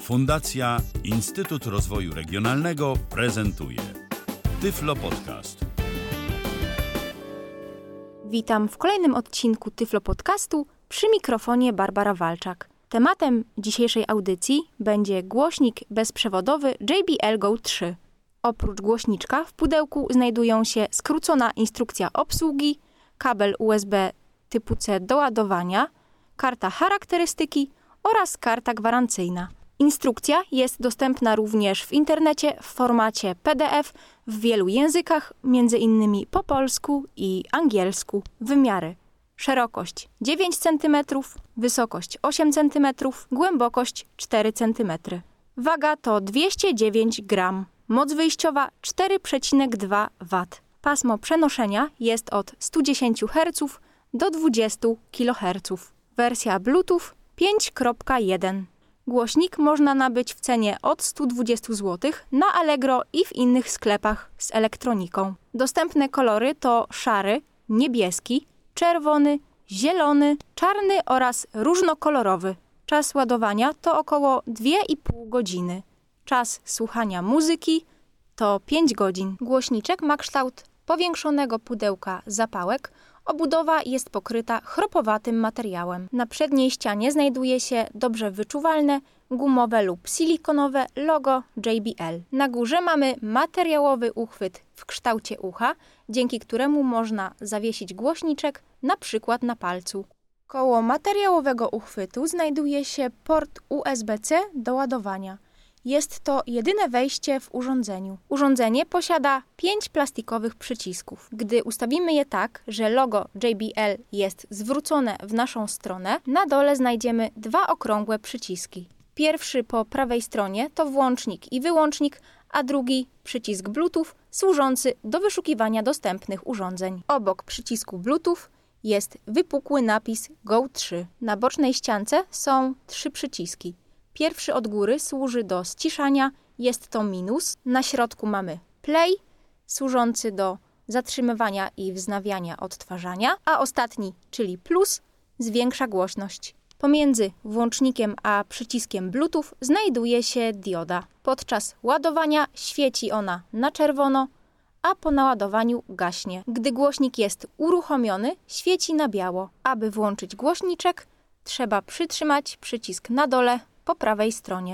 Fundacja Instytut Rozwoju Regionalnego prezentuje Tyflo Podcast. Witam w kolejnym odcinku Tyflo Podcastu, przy mikrofonie Barbara Walczak. Tematem dzisiejszej audycji będzie głośnik bezprzewodowy JBL Go 3. Oprócz głośniczka w pudełku znajdują się skrócona instrukcja obsługi, kabel USB typu C do ładowania, karta charakterystyki oraz karta gwarancyjna. Instrukcja jest dostępna również w internecie w formacie PDF w wielu językach, m.in. po polsku i angielsku. Wymiary: szerokość 9 cm, wysokość 8 cm, głębokość 4 cm. Waga to 209 gram. Moc wyjściowa 4,2 W. Pasmo przenoszenia jest od 110 Hz do 20 kHz. Wersja Bluetooth 5.1. Głośnik można nabyć w cenie od 120 zł na Allegro i w innych sklepach z elektroniką. Dostępne kolory to szary, niebieski, czerwony, zielony, czarny oraz różnokolorowy. Czas ładowania to około 2,5 godziny. Czas słuchania muzyki to 5 godzin. Głośniczek ma kształt powiększonego pudełka zapałek. Obudowa jest pokryta chropowatym materiałem. Na przedniej ścianie znajduje się dobrze wyczuwalne, gumowe lub silikonowe logo JBL. Na górze mamy materiałowy uchwyt w kształcie ucha, dzięki któremu można zawiesić głośniczek na przykład na palcu. Koło materiałowego uchwytu znajduje się port USB-C do ładowania. Jest to jedyne wejście w urządzeniu. Urządzenie posiada 5 plastikowych przycisków. Gdy ustawimy je tak, że logo JBL jest zwrócone w naszą stronę, na dole znajdziemy 2 okrągłe przyciski. Pierwszy po prawej stronie to włącznik i wyłącznik, a drugi przycisk Bluetooth służący do wyszukiwania dostępnych urządzeń. Obok przycisku Bluetooth jest wypukły napis Go 3. Na bocznej ściance są 3 przyciski. Pierwszy od góry służy do ściszania, jest to minus. Na środku mamy play, służący do zatrzymywania i wznawiania odtwarzania, a ostatni, czyli plus, zwiększa głośność. Pomiędzy włącznikiem a przyciskiem Bluetooth znajduje się dioda. Podczas ładowania świeci ona na czerwono, a po naładowaniu gaśnie. Gdy głośnik jest uruchomiony, świeci na biało. Aby włączyć głośniczek, trzeba przytrzymać przycisk na dole po prawej stronie.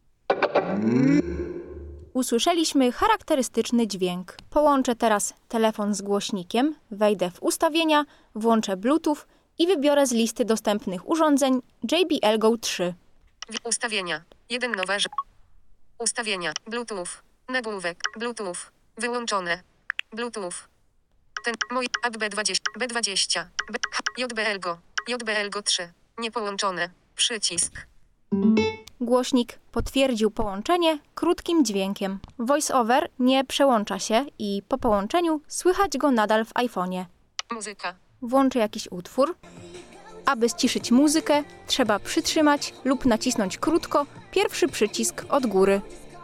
Usłyszeliśmy charakterystyczny dźwięk. Połączę teraz telefon z głośnikiem, wejdę w ustawienia, włączę Bluetooth i wybiorę z listy dostępnych urządzeń JBL Go 3. Ustawienia. 1 nowe. Ustawienia. Bluetooth. Nagłówek. Bluetooth. Wyłączone. Bluetooth. Ten. Mój. B20. B20. JBL Go. JBL Go 3. Niepołączone. Przycisk. Głośnik potwierdził połączenie krótkim dźwiękiem. VoiceOver nie przełącza się i po połączeniu słychać go nadal w iPhone'ie. Muzyka. Włączę jakiś utwór. Aby ściszyć muzykę, trzeba przytrzymać lub nacisnąć krótko pierwszy przycisk od góry.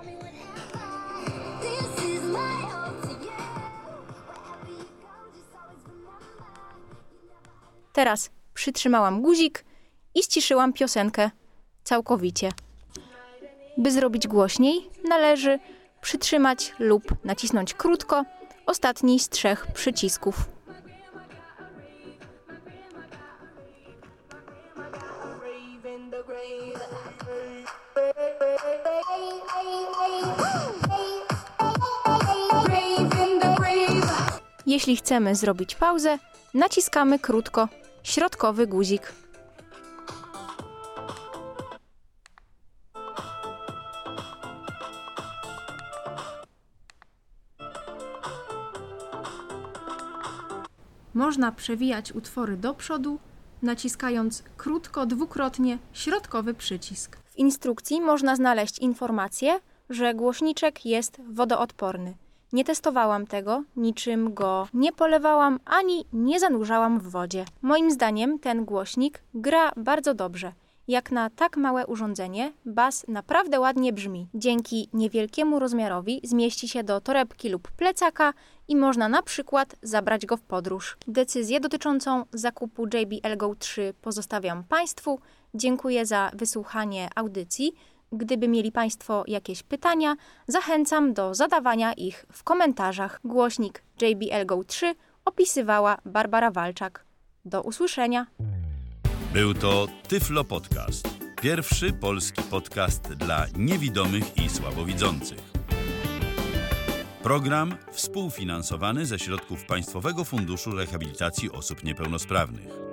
Teraz przytrzymałam guzik i ściszyłam piosenkę całkowicie. By zrobić głośniej, należy przytrzymać lub nacisnąć krótko ostatni z 3 przycisków. Jeśli chcemy zrobić pauzę, naciskamy krótko środkowy guzik. Można przewijać utwory do przodu, naciskając krótko dwukrotnie środkowy przycisk. W instrukcji można znaleźć informację, że głośniczek jest wodoodporny. Nie testowałam tego, niczym go nie polewałam ani nie zanurzałam w wodzie. Moim zdaniem ten głośnik gra bardzo dobrze. Jak na tak małe urządzenie, bas naprawdę ładnie brzmi. Dzięki niewielkiemu rozmiarowi zmieści się do torebki lub plecaka i można na przykład zabrać go w podróż. Decyzję dotyczącą zakupu JBL Go 3 pozostawiam Państwu. Dziękuję za wysłuchanie audycji. Gdyby mieli Państwo jakieś pytania, zachęcam do zadawania ich w komentarzach. Głośnik JBL Go 3 opisywała Barbara Walczak. Do usłyszenia. Był to Tyflo Podcast. Pierwszy polski podcast dla niewidomych i słabowidzących. Program współfinansowany ze środków Państwowego Funduszu Rehabilitacji Osób Niepełnosprawnych.